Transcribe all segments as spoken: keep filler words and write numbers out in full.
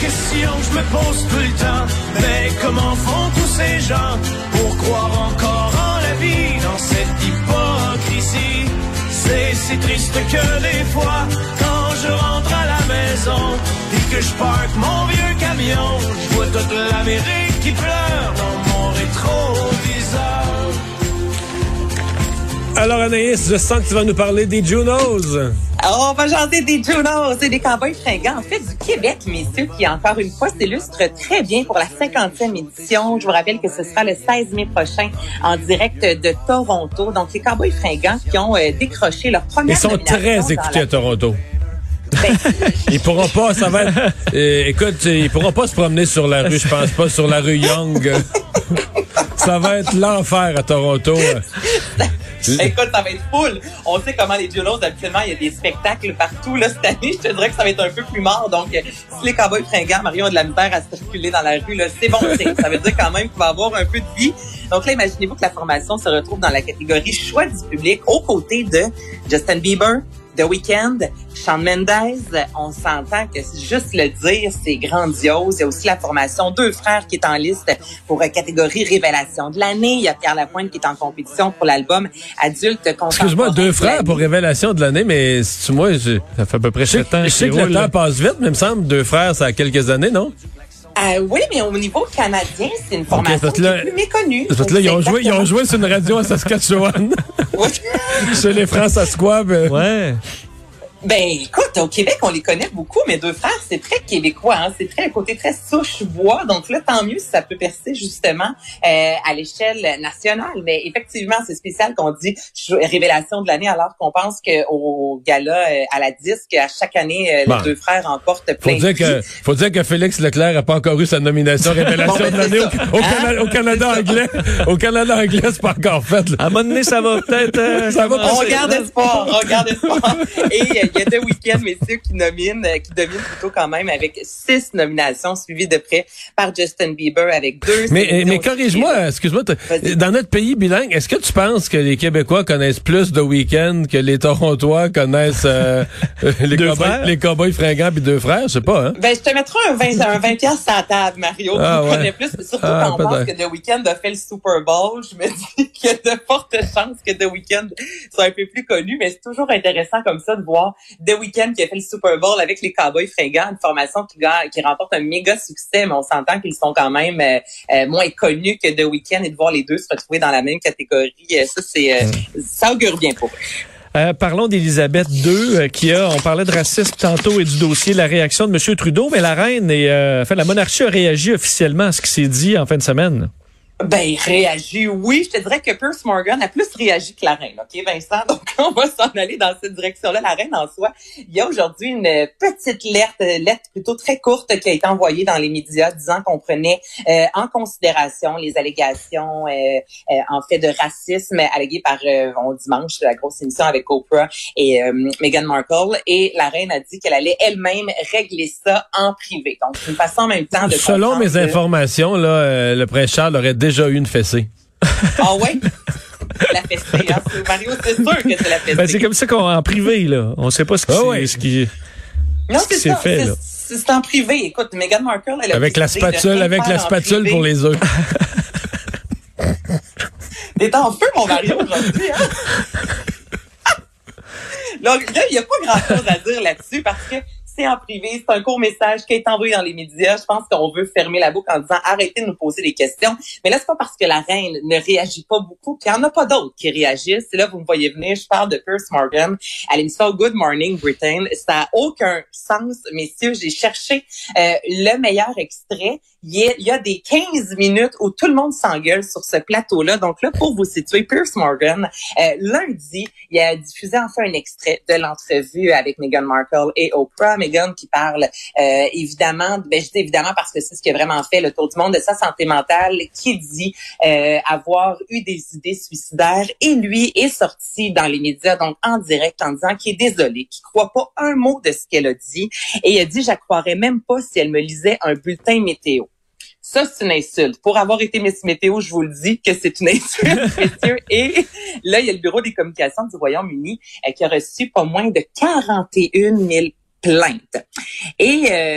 question que je me pose tout le temps. Mais comment font tous ces gens pour croire encore en la vie dans cette hypocrisie? C'est si triste que des fois, quand je rentre à la maison et que je parque mon vieux camion, je vois toute l'Amérique qui pleure dans mon rétroviseur. Alors Anaïs, je sens que tu vas nous parler des Junos. Alors, on va jaser des Junos et des Cowboys fringants, en fait, du Québec, messieurs, qui, encore une fois, s'illustre très bien pour la cinquantième édition. Je vous rappelle que ce sera le seize mai prochain en direct de Toronto. Donc, les Cowboys fringants qui ont euh, décroché leur première Ils sont nomination très écoutés la... à Toronto. Ben, ils pourront pas, ça va être... Euh, écoute, ils pourront pas se promener sur la rue, je pense pas, sur la rue Young. Ça va être l'enfer à Toronto. Écoute, ça va être full. On sait comment les Junos, habituellement, il y a des spectacles partout. Là, cette année, je te dirais que ça va être un peu plus mort. Donc, si les Cowboys fringants, Mario, ont de la misère à circuler dans la rue, là, c'est bon signe. Ça veut dire quand même qu'il va y avoir un peu de vie. Donc là, imaginez-vous que la formation se retrouve dans la catégorie choix du public aux côtés de Justin Bieber, The Weeknd, Shawn Mendes. On s'entend que juste le dire, c'est grandiose. Il y a aussi la formation Deux Frères qui est en liste pour catégorie Révélation de l'année. Il y a Pierre Lapointe qui est en compétition pour l'album Adulte Contemporain. Excuse-moi, Deux Frères pour Révélation de l'année, mais si moi, je, ça fait à peu près sept ans. Je sais que le temps passe vite, mais il me semble Deux Frères, ça a quelques années, non? Euh, oui, mais au niveau canadien, c'est une formation okay, là, qui est plus méconnue. Parce que là, ils ont, joué, ils ont joué sur une radio à Saskatchewan. Oui. Chez les François. Ben... Ouais. Ben, écoute, au Québec, on les connaît beaucoup, mais Deux Frères, c'est très québécois, hein? C'est très un côté très souche-bois. Donc là, tant mieux si ça peut percer, justement, euh, à l'échelle nationale. Mais effectivement, c'est spécial qu'on dit Révélation de l'année, alors qu'on pense qu'au gala, euh, à la disque, à chaque année, euh, bon. les Deux Frères remportent plein faut dire de prix. que Faut dire que Félix Leclerc n'a pas encore eu sa nomination Révélation bon, ben, de l'année au, au, hein? Cana- au Canada anglais. Au Canada anglais, c'est pas encore fait. Là. À un moment donné, ça va peut-être... Euh, ça va on regarde espoir, on regarde espoir. Et euh, il y a The Weeknd, messieurs, qui nomine, qui domine plutôt quand même avec six nominations, suivies de près par Justin Bieber avec deux. Mais, mais corrige-moi, excuse-moi, dans notre pays bilingue, est-ce que tu penses que les Québécois connaissent plus The Weeknd que les Torontois connaissent euh, les, cowboys, les Cowboys fringants puis Deux Frères? Je sais pas, hein? Ben, je te mettrai un vingt, un vingt piastres sur la table, Mario. Ah, ouais. connais plus, surtout ah, quand on pense que The Weeknd a fait le Super Bowl. Je me dis qu'il y a de fortes chances que The Weeknd soit un peu plus connu, mais c'est toujours intéressant comme ça de voir The Weeknd qui a fait le Super Bowl avec les Cowboys fringants, une formation qui, qui remporte un méga succès, mais on s'entend qu'ils sont quand même euh, euh, moins connus que The Weeknd, et de voir les deux se retrouver dans la même catégorie, euh, ça c'est euh, mm. ça augure bien pour eux. Euh, parlons d'Élisabeth deux, euh, qui a, on parlait de racisme tantôt et du dossier, la réaction de M. Trudeau, mais la reine et euh, enfin la monarchie a réagi officiellement à ce qui s'est dit en fin de semaine. Ben, il réagit, oui. Je te dirais que Piers Morgan a plus réagi que la reine, OK, Vincent? Donc, on va s'en aller dans cette direction-là. La reine, en soi, il y a aujourd'hui une petite lettre, lettre plutôt très courte qui a été envoyée dans les médias disant qu'on prenait euh, en considération les allégations, euh, euh, en fait, de racisme alléguées par, euh, on dimanche, la grosse émission avec Oprah et euh, Meghan Markle. Et la reine a dit qu'elle allait elle-même régler ça en privé. Donc, c'est une façon en même temps de Selon mes que... informations, là, euh, le prince Charles aurait déjà eu une fessée. Ah ouais? La fessée, hein? Mario, c'est sûr que c'est la fessée. Ben, c'est comme ça qu'on en privé, là. On sait pas ce qui, oh, ouais. ce qui, non, ce qui c'est s'est ça, fait, c'est, là. C'est, c'est en privé. Écoute, Meghan Markle, elle a avec la spatule, avec la spatule pour les œufs. T'es en feu, mon Mario, aujourd'hui, hein? Donc, là, il n'y a pas grand-chose à dire là-dessus parce que c'est en privé, c'est un court message qui est envoyé dans les médias. Je pense qu'on veut fermer la boucle en disant arrêtez de nous poser des questions. Mais là, c'est pas parce que la reine ne réagit pas beaucoup qu'il n'y en a pas d'autres qui réagissent. Et là, vous me voyez venir, je parle de Piers Morgan à l'émission Good Morning Britain. Ça n'a aucun sens, messieurs. J'ai cherché euh, le meilleur extrait. Il y, a, il y a des quinze minutes où tout le monde s'engueule sur ce plateau-là. Donc là, pour vous situer, Piers Morgan, euh, lundi, il a diffusé enfin un extrait de l'entrevue avec Meghan Markle et Oprah. Meghan qui parle euh, évidemment, ben je dis évidemment parce que c'est ce qui a vraiment fait le tour du monde de sa santé mentale, qui dit euh, avoir eu des idées suicidaires, et lui est sorti dans les médias, donc en direct, en disant qu'il est désolé, qu'il croit pas un mot de ce qu'elle a dit, et il a dit « Je la croirais même pas si elle me lisait un bulletin météo ». Ça, c'est une insulte. Pour avoir été Miss Météo, je vous le dis que c'est une insulte, messieurs. Et là, il y a le Bureau des communications du Royaume-Uni euh, qui a reçu pas moins de quarante et une mille plaintes. Et euh,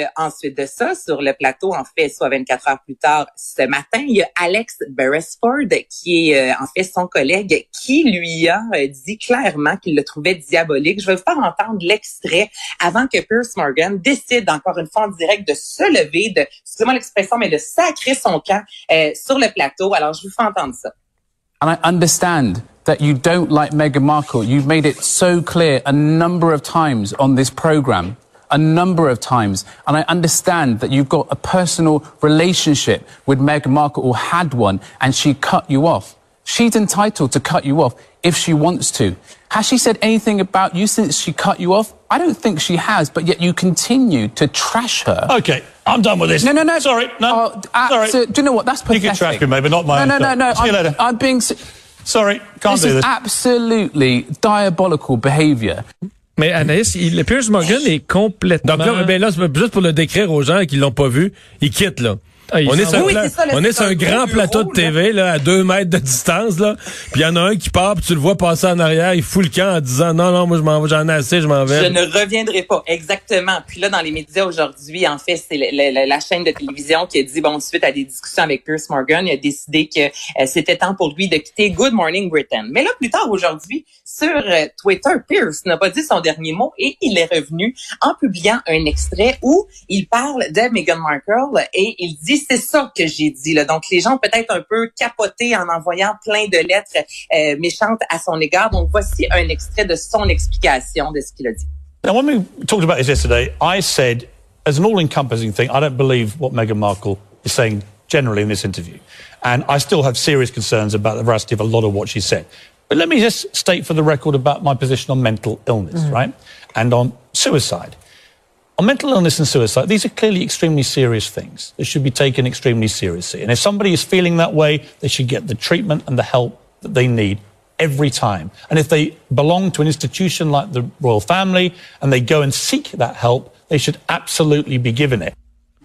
ensuite de ça, sur le plateau, en fait, soit vingt-quatre heures plus tard, ce matin, il y a Alex Beresford, qui est euh, en fait son collègue, qui lui a euh, dit clairement qu'il le trouvait diabolique. Je vais vous faire entendre l'extrait avant que Piers Morgan décide encore une fois en direct de se lever, de, excusez-moi l'expression, mais de sacrer son camp euh, sur le plateau. Alors, je vous fais entendre ça. And I understand that you don't like Meghan Markle. You've made it so clear a number of times on this program, a number of times. And I understand that you've got a personal relationship with Meghan Markle, or had one, and she cut you off. She's entitled to cut you off if she wants to. Has she said anything about you since she cut you off? I don't think she has, but yet you continue to trash her. Okay, I'm done with this. No, no, no. Sorry, no. Oh, uh, Sorry. So, do you know what? That's pathetic. You can trash me, maybe not my No, own no, no, no. See you I'm, later. I'm being... Sorry, can't this do is this. absolutely diabolical behavior. Mais Anaïs, il, Piers Morgan est complètement... Donc là, ben là, juste pour le décrire aux gens qui l'ont pas vu, il quitte, là. Ah, on est sur, oui, pla- c'est ça, là, on est c'est sur un, un grand gros plateau bureau, de T V, là, à deux mètres de distance, là. Puis il y en a un qui part, puis tu le vois passer en arrière, il fout le camp en disant non, non, moi je m'en vais, j'en ai assez, je m'en vais. Je ne reviendrai pas, exactement. Puis là, dans les médias aujourd'hui, en fait, c'est le, le, la chaîne de télévision qui a dit, bon, suite à des discussions avec Piers Morgan, il a décidé que euh, c'était temps pour lui de quitter Good Morning Britain. Mais là, plus tard aujourd'hui, sur euh, Twitter, Piers n'a pas dit son dernier mot et il est revenu en publiant un extrait où il parle de Meghan Markle et il dit, c'est ça que j'ai dit. Là. Donc, les gens ont peut-être un peu capoté en envoyant plein de lettres euh, méchantes à son égard. Donc, voici un extrait de son explication de ce qu'il a dit. Now, when we talked about this yesterday, I said, as an all-encompassing thing, I don't believe what Meghan Markle is saying generally in this interview. And I still have serious concerns about the veracity of a lot of what she said. But let me just state for the record about my position on mental illness, mm. right? And on suicide. On mental illness and suicide, these are clearly extremely serious things. They should be taken extremely seriously. And if somebody is feeling that way, they should get the treatment and the help that they need every time. And if they belong to an institution like the royal family and they go and seek that help, they should absolutely be given it.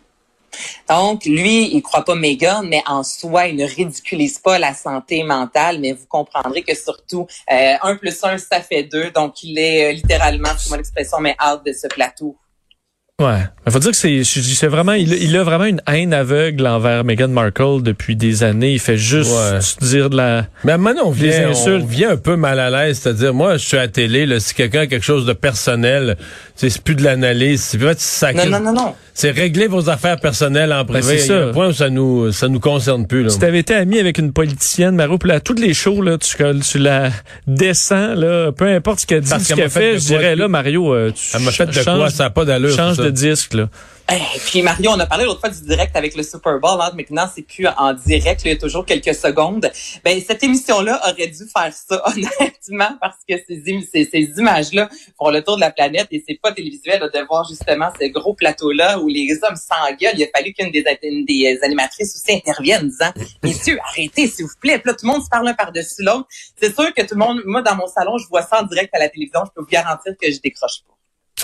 Donc, lui, il croit pas Meghan, mais en soi, il ne ridiculise pas la santé mentale, mais vous comprendrez que surtout, euh, un plus un, ça fait deux. Donc, il est euh, littéralement, c'est mon expression, mais out de ce plateau. Ouais. Il faut dire que c'est, c'est vraiment, il, il a vraiment une haine aveugle envers Meghan Markle depuis des années. Il fait juste ouais. dire de la. Mais maintenant, on vient, on vient un peu mal à l'aise. C'est-à-dire, moi, je suis à la télé, là, si quelqu'un a quelque chose de personnel, c'est plus de l'analyse. C'est peut-être ça. Non, non, non, non. C'est régler vos affaires personnelles en privé. Ben, c'est ça. Il y a un point où ça nous, ça nous concerne plus, là. Si t'avais été ami avec une politicienne, Mario, puis là, toutes les shows, là, tu, tu la descends, là, peu importe ce qu'elle dit, ce qu'elle fait, je dirais, là, Mario, euh, tu Elle m'a fait de quoi? Ça n'a pas d'allure. Change de disque, là. Et puis Mario, on a parlé l'autre fois du direct avec le Super Bowl, hein, maintenant c'est plus en direct, là, il y a toujours quelques secondes. Ben cette émission-là aurait dû faire ça honnêtement parce que ces, ces, ces images-là font le tour de la planète et c'est pas télévisuel là, de voir justement ce gros plateau-là où les hommes s'engueulent. Il a fallu qu'une des, une des animatrices aussi intervienne en disant « Messieurs, arrêtez s'il vous plaît. » Puis là, tout le monde se parle un par-dessus l'autre. C'est sûr que tout le monde, moi dans mon salon, je vois ça en direct à la télévision, je peux vous garantir que je décroche pas.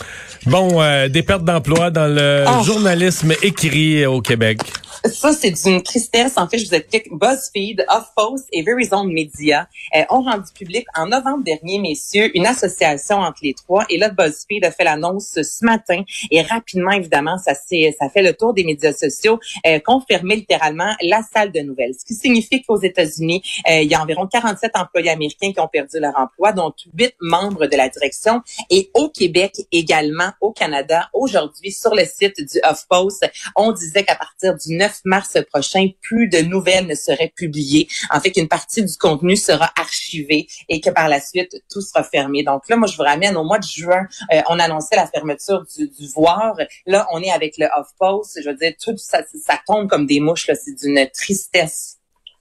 Bon, euh, des pertes d'emploi dans le oh. journalisme écrit au Québec. Ça, c'est d'une tristesse. En fait, je vous explique. BuzzFeed, HuffPost et Verizon Media euh, ont rendu public en novembre dernier, messieurs, une association entre les trois. Et là, BuzzFeed a fait l'annonce ce matin. Et rapidement, évidemment, ça s'est, ça fait le tour des médias sociaux, euh, confirmé littéralement la salle de nouvelles. Ce qui signifie qu'aux États-Unis, euh, il y a environ quarante-sept employés américains qui ont perdu leur emploi, dont huit membres de la direction. Et au Québec également, au Canada, aujourd'hui, sur le site du HuffPost, on disait qu'à partir du neuf mars prochain, plus de nouvelles ne seraient publiées. En fait, qu'une partie du contenu sera archivée et que par la suite, tout sera fermé. Donc là, moi, je vous ramène au mois de juin, euh, on annonçait la fermeture du, du Voir. Là, on est avec le HuffPost. Je veux dire, tout ça, ça tombe comme des mouches. Là, c'est d'une tristesse.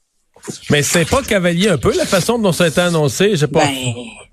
Mais c'est pas cavalier un peu la façon dont ça a été annoncé? J'ai pas... Ben...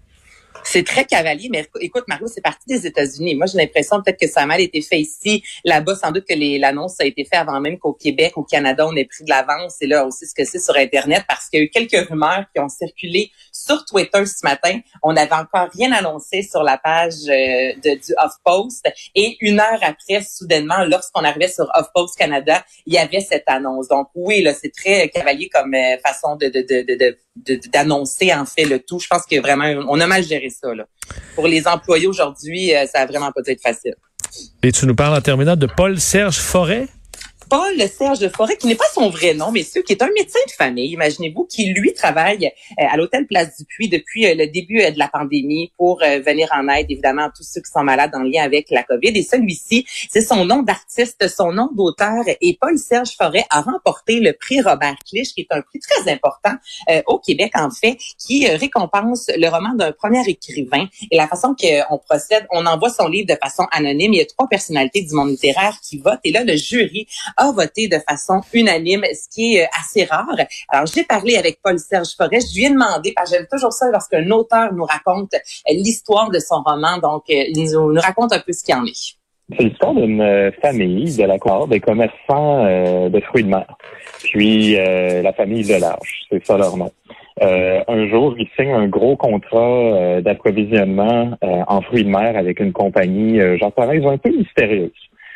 C'est très cavalier, mais écoute, Mario, c'est parti des États-Unis. Moi, j'ai l'impression peut-être que ça a mal été fait ici. Là-bas, sans doute que les, l'annonce a été faite avant même qu'au Québec, au Canada, on ait pris de l'avance. Et là, aussi ce que c'est sur Internet, parce qu'il y a eu quelques rumeurs qui ont circulé sur Twitter ce matin. On n'avait encore rien annoncé sur la page euh, de, du HuffPost. Et une heure après, soudainement, lorsqu'on arrivait sur HuffPost Canada, il y avait cette annonce. Donc oui, là, c'est très cavalier comme euh, façon de, de, de, de, de De, d'annoncer en fait le tout. Je pense que vraiment, on a mal géré ça. Là. Pour les employés aujourd'hui, ça a vraiment pas dû être facile. Et tu nous parles en terminant de Paul-Serge Forêt? Paul Serge Forêt, qui n'est pas son vrai nom, messieurs, qui est un médecin de famille, imaginez-vous, qui, lui, travaille euh, à l'hôtel Place du Puy depuis euh, le début euh, de la pandémie pour euh, venir en aide, évidemment, à tous ceux qui sont malades en lien avec la COVID. Et celui-ci, c'est son nom d'artiste, son nom d'auteur. Et Paul Serge Forêt a remporté le prix Robert Clich, qui est un prix très important euh, au Québec, en fait, qui euh, récompense le roman d'un premier écrivain. Et la façon qu'on procède, on envoie son livre de façon anonyme. Il y a trois personnalités du monde littéraire qui votent. Et là, le jury a voté de façon unanime, ce qui est assez rare. Alors, j'ai parlé avec Paul-Serge Forêt. Je lui ai demandé, parce que j'aime toujours ça lorsqu'un auteur nous raconte l'histoire de son roman. Donc, il nous, nous raconte un peu ce qu'il en est. C'est l'histoire d'une famille de la Côte-Nord, des commerçants euh, de fruits de mer. Puis, euh, la famille Delarge, c'est ça leur nom. Euh, un jour, ils signent un gros contrat euh, d'approvisionnement euh, en fruits de mer avec une compagnie euh, japonaise un peu mystérieuse.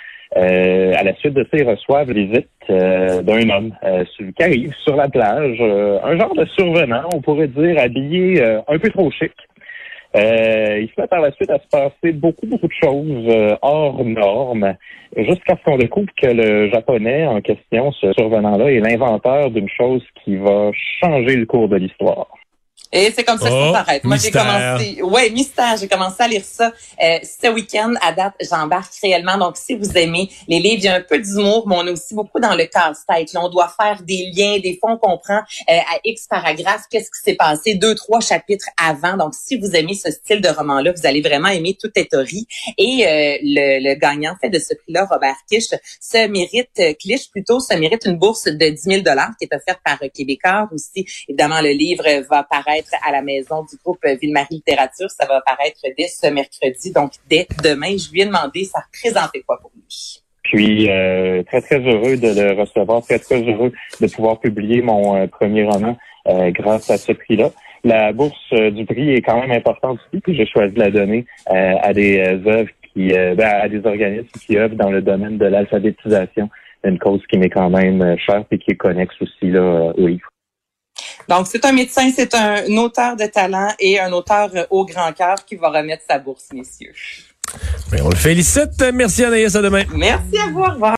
Euh, à la suite de ça, ils reçoivent la visite euh, d'un homme euh, qui arrive sur la plage, euh, un genre de survenant, on pourrait dire, habillé euh, un peu trop chic. Euh, il se met par la suite à se passer beaucoup, beaucoup de choses euh, hors normes, jusqu'à ce qu'on découvre que le Japonais en question, ce survenant-là, est l'inventeur d'une chose qui va changer le cours de l'histoire. Et c'est comme ça oh, que ça s'arrête. Moi, mystère. j'ai commencé, ouais, mystère. J'ai commencé à lire ça euh, ce week-end. À date, j'embarque réellement. Donc, si vous aimez les livres, il y a un peu d'humour, mais on est aussi beaucoup dans le casse-tête. Là, on doit faire des liens. Des fois, on comprend euh, à X paragraphes qu'est-ce qui s'est passé deux, trois chapitres avant. Donc, si vous aimez ce style de roman-là, vous allez vraiment aimer Tout est Tori. Et euh, le, le gagnant fait de ce prix-là, Robert Clich, se mérite, euh, Clich plutôt, se mérite une bourse de dix mille dollars qui est offerte par euh, Québécois. Aussi, évidemment, le livre va paraître à la maison du groupe Ville-Marie Littérature. Ça va apparaître dès ce mercredi, donc dès demain. Je lui ai demandé, ça représentait quoi pour lui? Puis, euh, très, très heureux de le recevoir, très, très heureux de pouvoir publier mon euh, premier roman euh, grâce à ce prix-là. La bourse euh, du prix est quand même importante aussi, puis j'ai choisi de la donner euh, à des euh, œuvres qui, euh, ben, à des organismes qui œuvrent dans le domaine de l'alphabétisation, une cause qui m'est quand même euh, chère et qui est connexe aussi là euh, au livre. Donc, c'est un médecin, c'est un auteur de talent et un auteur au grand cœur qui va remettre sa bourse, messieurs. Mais on le félicite. Merci Anaïs, à demain. Merci à vous, au revoir.